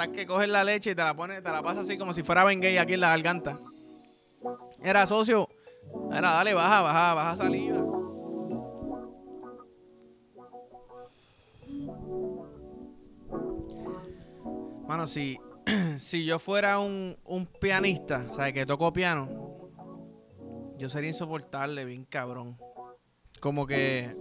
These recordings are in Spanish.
estás que coges la leche y te la pones, te la pasas así como si fuera Bengay aquí en la garganta. Era socio. Era, dale, baja saliva. Mano, si yo fuera un pianista, o sea, que toco piano, yo sería insoportable, bien cabrón. Como que...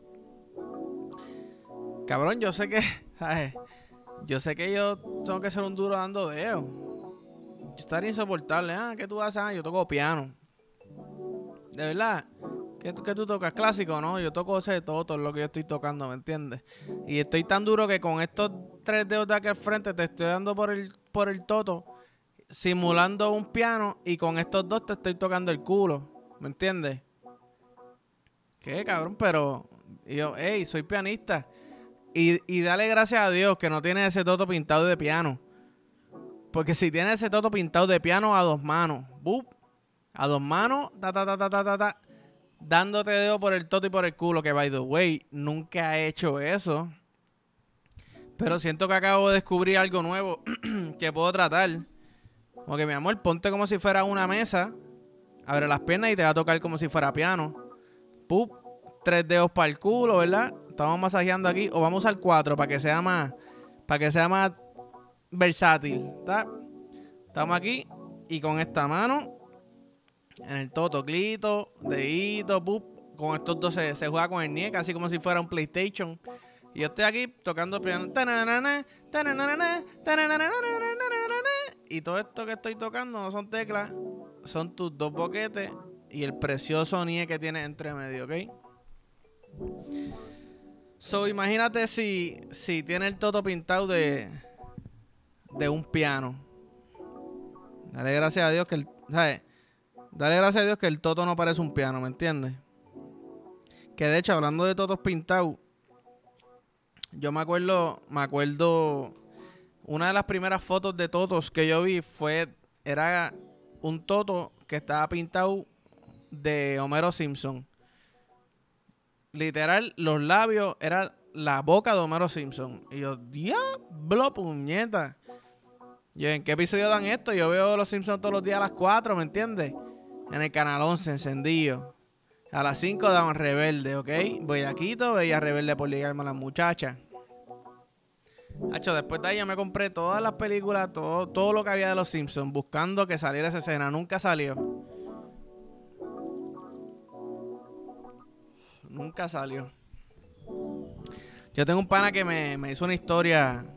Cabrón, yo sé que... ¿sabes? Yo sé que yo tengo que ser un duro dando dedos. Yo estaría insoportable. ¿Qué tú haces? Yo toco piano. De verdad. ¿Qué tú tocas? ¿Clásico? No, yo toco ese todo lo que yo estoy tocando, ¿me entiendes? Y estoy tan duro que con estos 3 dedos de aquí al frente te estoy dando por el toto, simulando un piano, y con estos 2 te estoy tocando el culo, ¿me entiendes? ¿Qué, cabrón? Pero yo, soy pianista. Y dale gracias a Dios que no tiene ese toto pintado de piano. Porque si tiene ese toto pintado de piano a 2 manos, a 2 manos, dándote dedo por el toto y por el culo, que by the way, nunca he hecho eso. Pero siento que acabo de descubrir algo nuevo que puedo tratar. Como que, mi amor, ponte como si fuera una mesa, abre las piernas y te va a tocar como si fuera piano. 3 dedos para el culo, ¿verdad? Estamos masajeando aquí. O vamos al 4 para que sea más versátil. ¿Está? Estamos aquí y con esta mano en el totoclito, dedito, con estos 2 se juega con el nie, casi como si fuera un PlayStation. Y yo estoy aquí tocando piano. Y todo esto que estoy tocando no son teclas, son tus 2 boquetes y el precioso nie que tienes entre medio, ¿ok? So, imagínate si tiene el toto pintado de un piano. Dale gracias a Dios que Dale gracias a Dios que el toto no parece un piano, ¿me entiendes? Que de hecho, hablando de totos pintados, yo me acuerdo, una de las primeras fotos de totos que yo vi era un toto que estaba pintado de Homero Simpson. Literal, los labios eran la boca de Homero Simpson. Y yo, diablo, puñeta. Yo, ¿en qué episodio dan esto? Yo veo los Simpsons todos los días a las 4, ¿me entiendes? En el canal 11, encendido. A las 5 daban Rebelde, ¿ok? Bellaquito, veía Rebelde por ligarme a las muchachas. Después de ahí yo me compré todas las películas, todo lo que había de los Simpsons, buscando que saliera esa escena. Nunca salió. Nunca salió. Yo tengo un pana que me hizo una historia.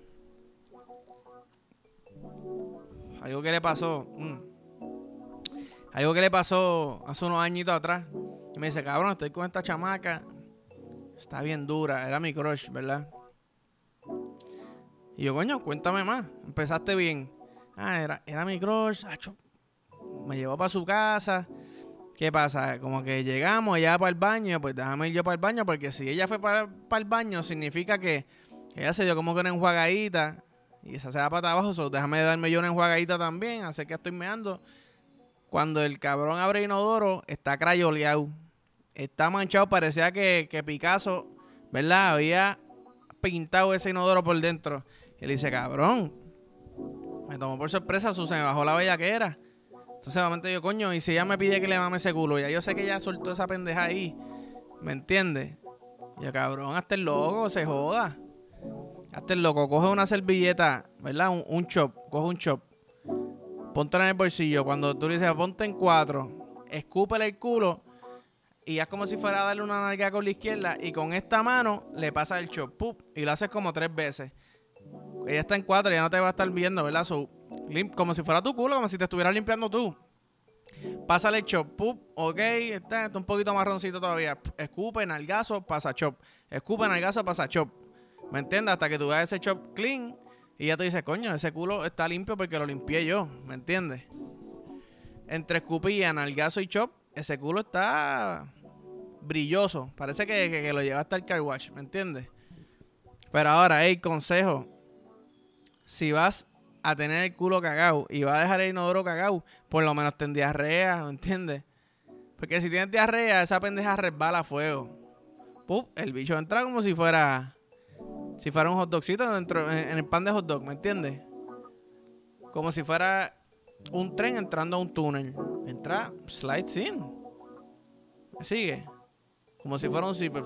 Algo que le pasó. Algo que le pasó hace unos añitos atrás. Y me dice, cabrón, estoy con esta chamaca. Está bien dura. Era mi crush, ¿verdad? Y yo, coño, cuéntame más. Empezaste bien. Era mi crush. Me llevó para su casa. ¿Qué pasa? Como que llegamos, ella para el baño. Pues déjame ir yo para el baño. Porque si ella fue para el baño, significa que ella se dio como que una enjuagadita. Y esa se va para abajo. Déjame darme yo una enjuagadita también. Así que estoy meando. Cuando el cabrón abre inodoro, está crayoleado. Está manchado. Parecía que Picasso, ¿verdad? Había pintado ese inodoro por dentro. Y le dice, cabrón, me tomó por sorpresa, se me bajó la bellaquera. Entonces, de momento yo, coño, y si ella me pide que le mame ese culo, ya yo sé que ella soltó esa pendeja ahí, ¿me entiendes? Y yo, cabrón, hasta el loco, se joda. Hasta el loco, coge una servilleta, ¿verdad? Un chop, coge un chop, póntela en el bolsillo. Cuando tú le dices, ponte en 4, escúpele el culo y es como si fuera a darle una nalga con la izquierda y con esta mano le pasa el chop, y lo haces como 3 veces. Ella está en 4, ya no te va a estar viendo, ¿verdad? Como si fuera tu culo, como si te estuvieras limpiando tú. Pásale el chop, ok, está un poquito marroncito todavía. Escupe, nalgazo, pasa chop. Escupe, nalgazo, pasa chop. ¿Me entiendes? Hasta que tú veas ese chop clean y ya te dices, coño, ese culo está limpio porque lo limpié yo, ¿me entiendes? Entre escupilla, nalgazo y chop, ese culo está brilloso. Parece que lo llevaste al car wash, ¿me entiendes? Pero ahora, consejo. Si vas a tener el culo cagado y vas a dejar el inodoro cagado, por lo menos ten diarrea, ¿me entiendes? Porque si tienes diarrea, esa pendeja resbala a fuego. El bicho entra como si fuera Si fuera un hot dogcito dentro, en el pan de hot dog, ¿me entiendes? Como si fuera un tren entrando a un túnel. Entra, slides in. ¿Me sigue? Como si fuera un zipper.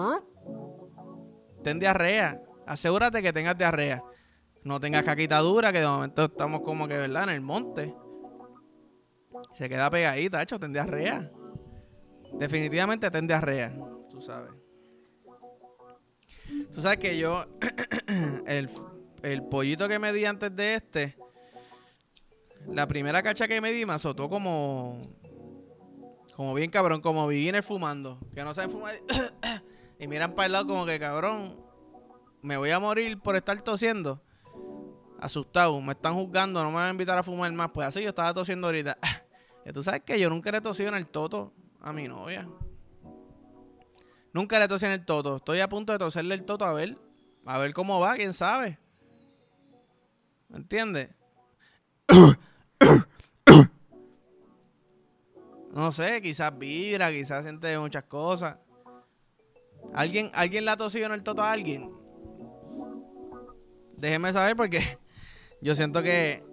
Ten diarrea. Asegúrate que tengas diarrea. No tengas caquita dura, que de momento estamos como que, ¿verdad? En el monte. Se queda pegadita, hecho, ten diarrea. Definitivamente ten diarrea. Tú sabes. Tú sabes que yo, el pollito que me di antes de este, la primera cacha que me di me azotó como bien cabrón, como beginner fumando, que no saben fumar. Y miran para el lado como que, cabrón, me voy a morir por estar tosiendo. Asustado, me están juzgando, no me van a invitar a fumar más. Pues así yo estaba tosiendo ahorita. Y tú sabes que yo nunca le he tosido en el toto a mi novia. Nunca le tosí en el toto. Estoy a punto de toserle el toto a ver cómo va, quién sabe. ¿Me entiendes? No sé, quizás vibra, quizás siente muchas cosas. ¿Alguien le ha tosido en el toto a alguien? Déjeme saber porque yo siento que...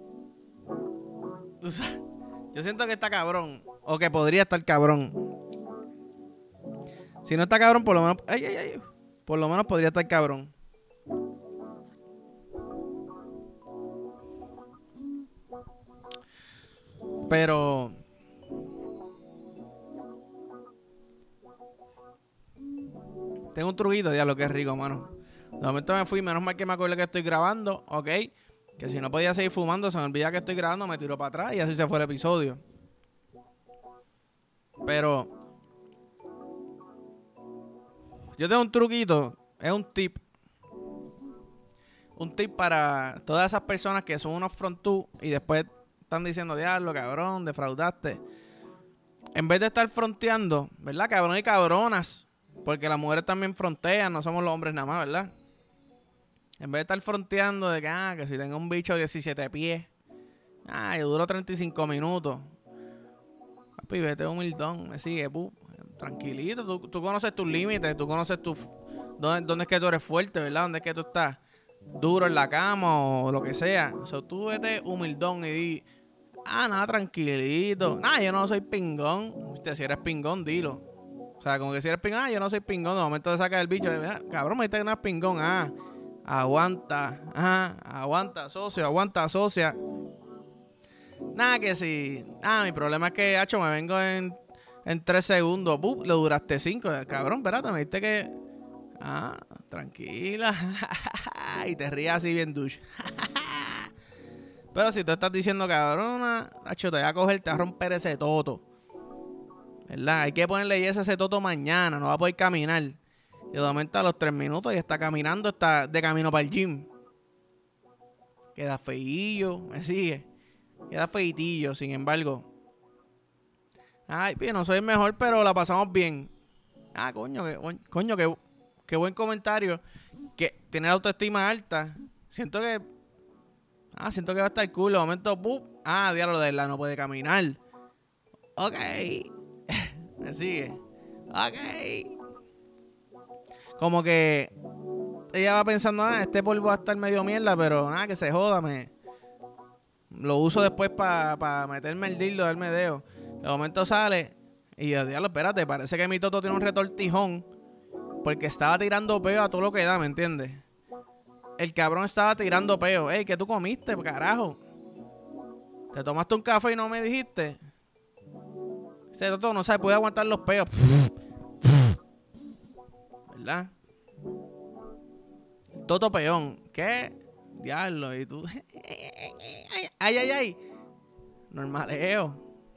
Yo siento que está cabrón. O que podría estar cabrón. Si no está cabrón, por lo menos... Ay. Por lo menos podría estar cabrón. Pero... Tengo un truquito, ya lo que es rico, mano. De momento me fui, menos mal que me acuerdo que estoy grabando, ok. Que si no podía seguir fumando, se me olvida que estoy grabando, me tiro para atrás y así se fue el episodio. Pero... Yo tengo un truquito, es un tip. Un tip para todas esas personas que son unos frontú y después están diciendo, diablo, cabrón, defraudaste. En vez de estar fronteando, ¿verdad? Cabrón y cabronas. Porque las mujeres también frontean, no somos los hombres nada más, ¿verdad? En vez de estar fronteando de que si tengo un bicho de 17 pies. Yo duro 35 minutos. Papi, vete humildón, me sigue, tranquilito. Tú conoces tus límites, tú conoces dónde es que tú eres fuerte, ¿verdad? Dónde es que tú estás duro en la cama o lo que sea. O sea, tú vete humildón y di, nada, tranquilito. Yo no soy pingón. Si eres pingón, dilo. O sea, como que si eres pingón, yo no soy pingón. De momento te saca el bicho. Cabrón, me dijiste que no es pingón. Aguanta. Aguanta, socio. Aguanta, socia. Nada, que si... mi problema es que, hacho, me vengo en 3 segundos. Lo duraste 5. Cabrón, espérate, me dijiste que... Tranquila. Y te rías así bien douche. Pero si tú estás diciendo, cabrona, hacho, te voy a coger, te voy a romper ese toto. ¿Verdad? Hay que ponerle yeso a ese toto mañana, no va a poder caminar. Y de momento a los 3 minutos ya está caminando, está de camino para el gym. Queda feillo, me sigue. Queda feitillo, sin embargo. Bien, no soy el mejor, pero la pasamos bien. Coño, qué buen comentario. Que tiene la autoestima alta. Siento que va a estar cool. De momento, diablo, de verdad, no puede caminar. Ok. Me sigue. Ok. Como que ella va pensando, este polvo va a estar medio mierda, pero que se joda, lo uso después para meterme el dildo del medeo. De momento sale y yo, diablo, espérate, parece que mi toto tiene un retortijón porque estaba tirando peo a todo lo que da, ¿me entiendes? El cabrón estaba tirando peo. Ey, ¿qué tú comiste, carajo? ¿Te tomaste un café y no me dijiste? Ese toto no sabe, puede aguantar los peos. ¿Verdad? Toto peón. ¿Qué? Diablo, y tú. Ay. Normaleo.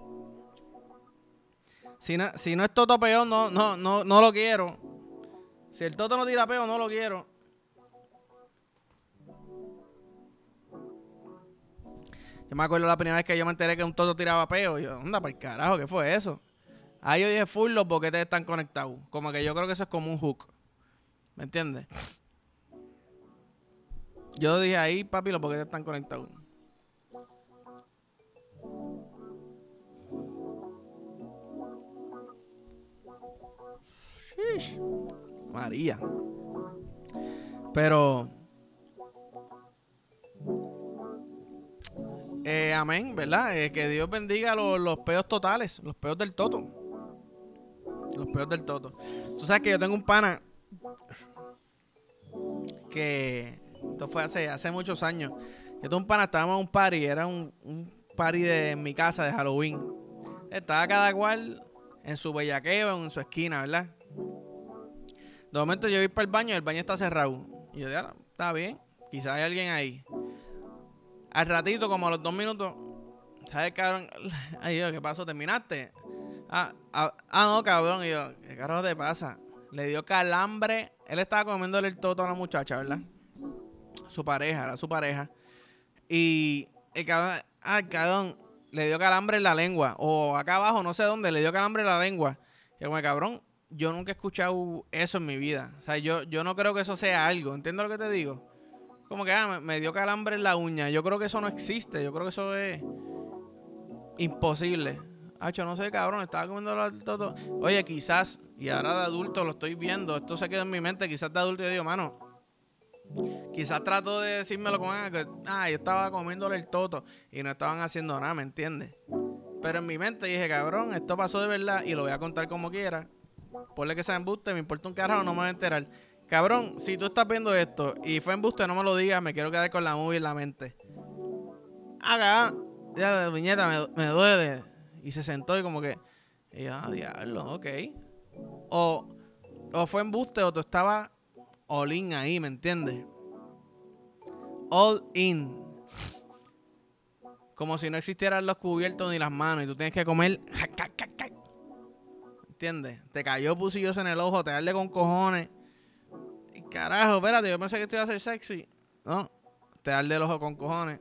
Si no es toto peón, no lo quiero. Si el toto no tira peo, no lo quiero. Yo me acuerdo la primera vez que yo me enteré que un toto tiraba peo. Yo, anda, para el carajo, ¿qué fue eso? Yo dije, full, los boquetes están conectados. Como que yo creo que eso es como un hook. ¿Me entiendes? Yo dije ahí, papi, los boquetes están conectados. Sheesh. María. Pero, amén, ¿verdad? Que Dios bendiga los peos totales, los peos del toto. Los peos del toto. Tú sabes que yo tengo un pana que, esto fue hace muchos años. Yo tengo un pana, estábamos en un party, era un party en mi casa de Halloween. Estaba cada cual en su bellaqueo, en su esquina, ¿verdad? De momento yo voy para el baño está cerrado. Y yo dije, está bien, quizás hay alguien ahí. Al ratito, como a los 2 minutos, ¿sabes, cabrón? Ay, yo, ¿qué pasó? ¿Terminaste? No, cabrón. Y yo, ¿qué carajo te pasa? Le dio calambre. Él estaba comiéndole el toto a una muchacha, ¿verdad? Su pareja, era su pareja. Y el cabrón le dio calambre en la lengua. O acá abajo, no sé dónde, le dio calambre en la lengua. Y como, cabrón, yo nunca he escuchado eso en mi vida. O sea, yo no creo que eso sea algo. ¿Entiendes lo que te digo? Como que me dio calambre en la uña. Yo creo que eso no existe. Yo creo que eso es imposible. Yo no sé, cabrón. Estaba comiendo el toto. Oye, quizás, y ahora de adulto lo estoy viendo. Esto se quedó en mi mente. Quizás de adulto yo digo, mano, quizás trato de decírmelo con que yo estaba comiéndole el toto y no estaban haciendo nada, ¿me entiendes? Pero en mi mente dije, cabrón, esto pasó de verdad y lo voy a contar como quiera. Ponle que sea embuste, me importa un carajo, no me voy a enterar. Cabrón, si tú estás viendo esto y fue embuste, no me lo digas, me quiero quedar con la movie en la mente. Ya, viñeta, me duele. Y se sentó y como que, diablo, ok. O fue embuste o tú estabas all in ahí, ¿me entiendes? All in. Como si no existieran los cubiertos ni las manos y tú tienes que comer. ¿Entiendes? Te cayó pusillos en el ojo, te darle con cojones. Y carajo, espérate, yo pensé que esto iba a ser sexy. No, te darle el ojo con cojones.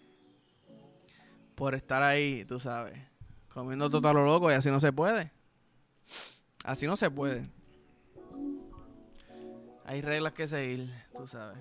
Por estar ahí, tú sabes, comiendo todo a lo loco y así no se puede. Así no se puede. Hay reglas que seguir, tú sabes.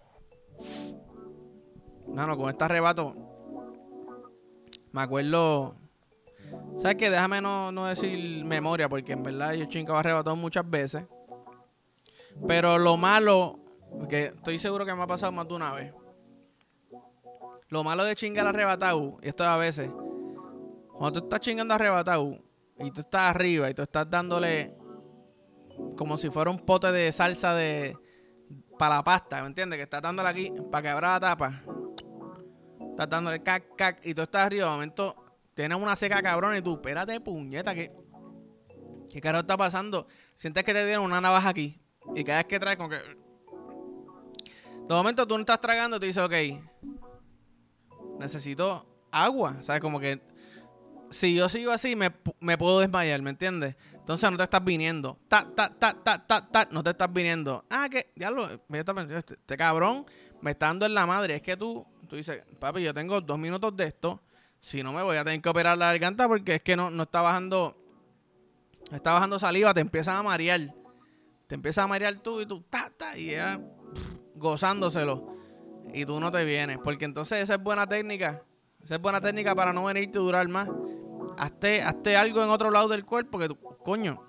No, con este arrebato me acuerdo. ¿Sabes qué? Déjame no decir memoria, porque en verdad yo chingaba arrebatado muchas veces. Pero lo malo, porque estoy seguro que me ha pasado más de una vez. Lo malo de chingar arrebatado, y esto es a veces, cuando tú estás chingando arrebatado y tú estás arriba y tú estás dándole como si fuera un pote de salsa para la pasta, ¿me entiendes? Que estás dándole aquí para que abra la tapa. Estás dándole cac, y tú estás arriba, de momento tienes una seca cabrón y tú, espérate, puñeta, ¿qué carajo está pasando? Sientes que te dieron una navaja aquí y cada vez que traes como que... De momento tú no estás tragando y te dices, ok, necesito agua, ¿sabes? Como que si yo sigo así me puedo desmayar, ¿me entiendes? Entonces no te estás viniendo. No te estás viniendo. Que diablo, este cabrón me está dando en la madre. Es que tú dices, papi, yo tengo 2 minutos de esto. Si no, me voy a tener que operar la garganta porque es que no está bajando. Está bajando saliva, te empiezan a marear. Te empiezas a marear tú y tú, y ya gozándoselo. Y tú no te vienes. Porque entonces esa es buena técnica. Esa es buena técnica para no venirte a durar más. Hazte algo en otro lado del cuerpo que tú, coño,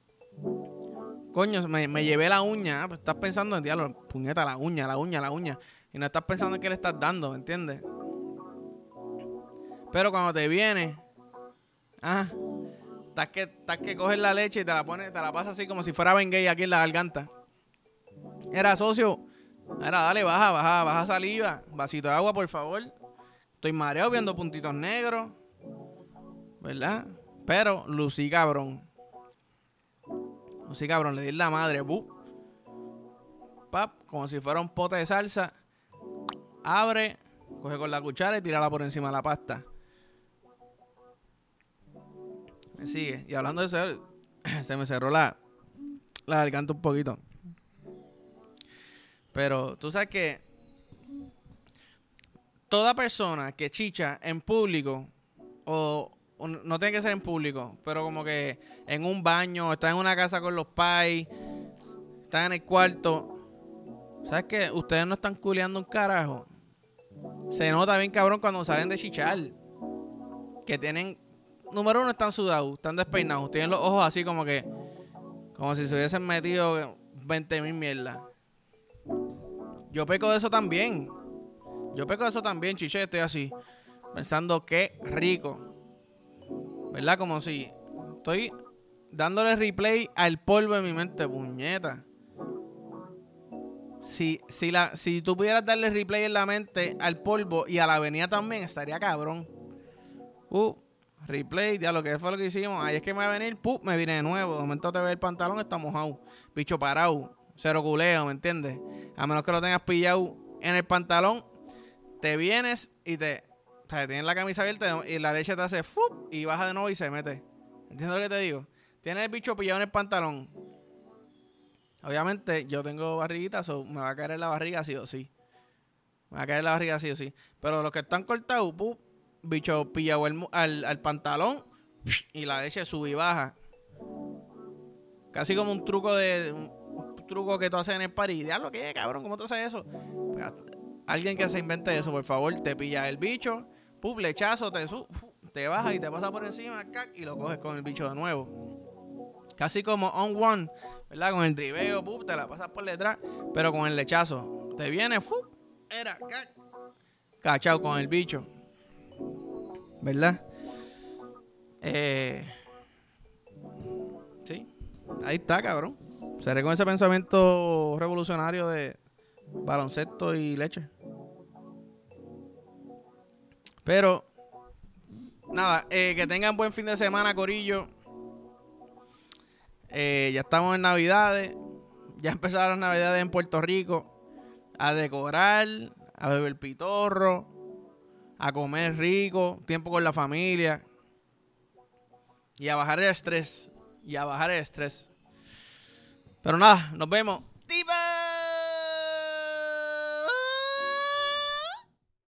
me llevé la uña. Pues estás pensando en diablo, puñeta, la uña. Y no estás pensando en qué le estás dando, ¿me entiendes? Pero cuando te viene, estás que coges la leche y te la pasas así como si fuera Bengay aquí en la garganta. Era socio. Era, dale, baja saliva. Vasito de agua, por favor. Estoy mareado viendo puntitos negros. ¿Verdad? Pero lucí cabrón. Le di la madre. Pap, como si fuera un pote de salsa. Abre, coge con la cuchara y tírala por encima de la pasta. Me sigue. Y hablando de eso, se me cerró la garganta un poquito. Pero tú sabes que toda persona que chicha en público, o no tiene que ser en público, pero como que en un baño, está en una casa con los pais, está en el cuarto, ¿sabes qué? Ustedes no están culeando un carajo. Se nota bien cabrón cuando salen de chichar. Que tienen, número uno, están sudados, están despeinados, tienen los ojos así como si se hubiesen metido 20,000 mierdas. Yo peco de eso también. Chiche, estoy así. Pensando qué rico. ¿Verdad? Como si estoy dándole replay al polvo en mi mente, puñeta. Si tú pudieras darle replay en la mente al polvo y a la avenida también, estaría cabrón. Replay, ya lo que fue lo que hicimos. Ahí es que me va a venir, me vine de nuevo. De momento te ve el pantalón, está mojado. Bicho parado, cero culeo, ¿me entiendes? A menos que lo tengas pillado en el pantalón, te vienes y o sea, tienes la camisa abierta y la leche te hace y baja de nuevo y se mete. ¿Entiendes lo que te digo? Tienes el bicho pillado en el pantalón. Obviamente, yo tengo barriguita, me va a caer en la barriga sí o sí. Pero los que están cortados, bicho pillado al pantalón y la leche sube y baja. Casi como un truco que tú haces en el party. Diablo, ¿qué, cabrón? ¿Cómo tú haces eso? Pues, alguien que se invente eso, por favor, te pilla el bicho, lechazo, te baja y te pasa por encima, y lo coges con el bicho de nuevo. Casi como on one, ¿verdad? Con el driveo, te la pasas por detrás, pero con el lechazo. Te viene, cachao con el bicho. ¿Verdad? Sí. Ahí está, cabrón. Seré con ese pensamiento revolucionario de baloncesto y leche. Pero, nada, que tengan buen fin de semana, corillo. Ya estamos en Navidades. Ya empezaron las Navidades en Puerto Rico. A decorar, a beber pitorro, a comer rico, tiempo con la familia. Y a bajar el estrés. Pero nada, nos vemos. ¡Tipa!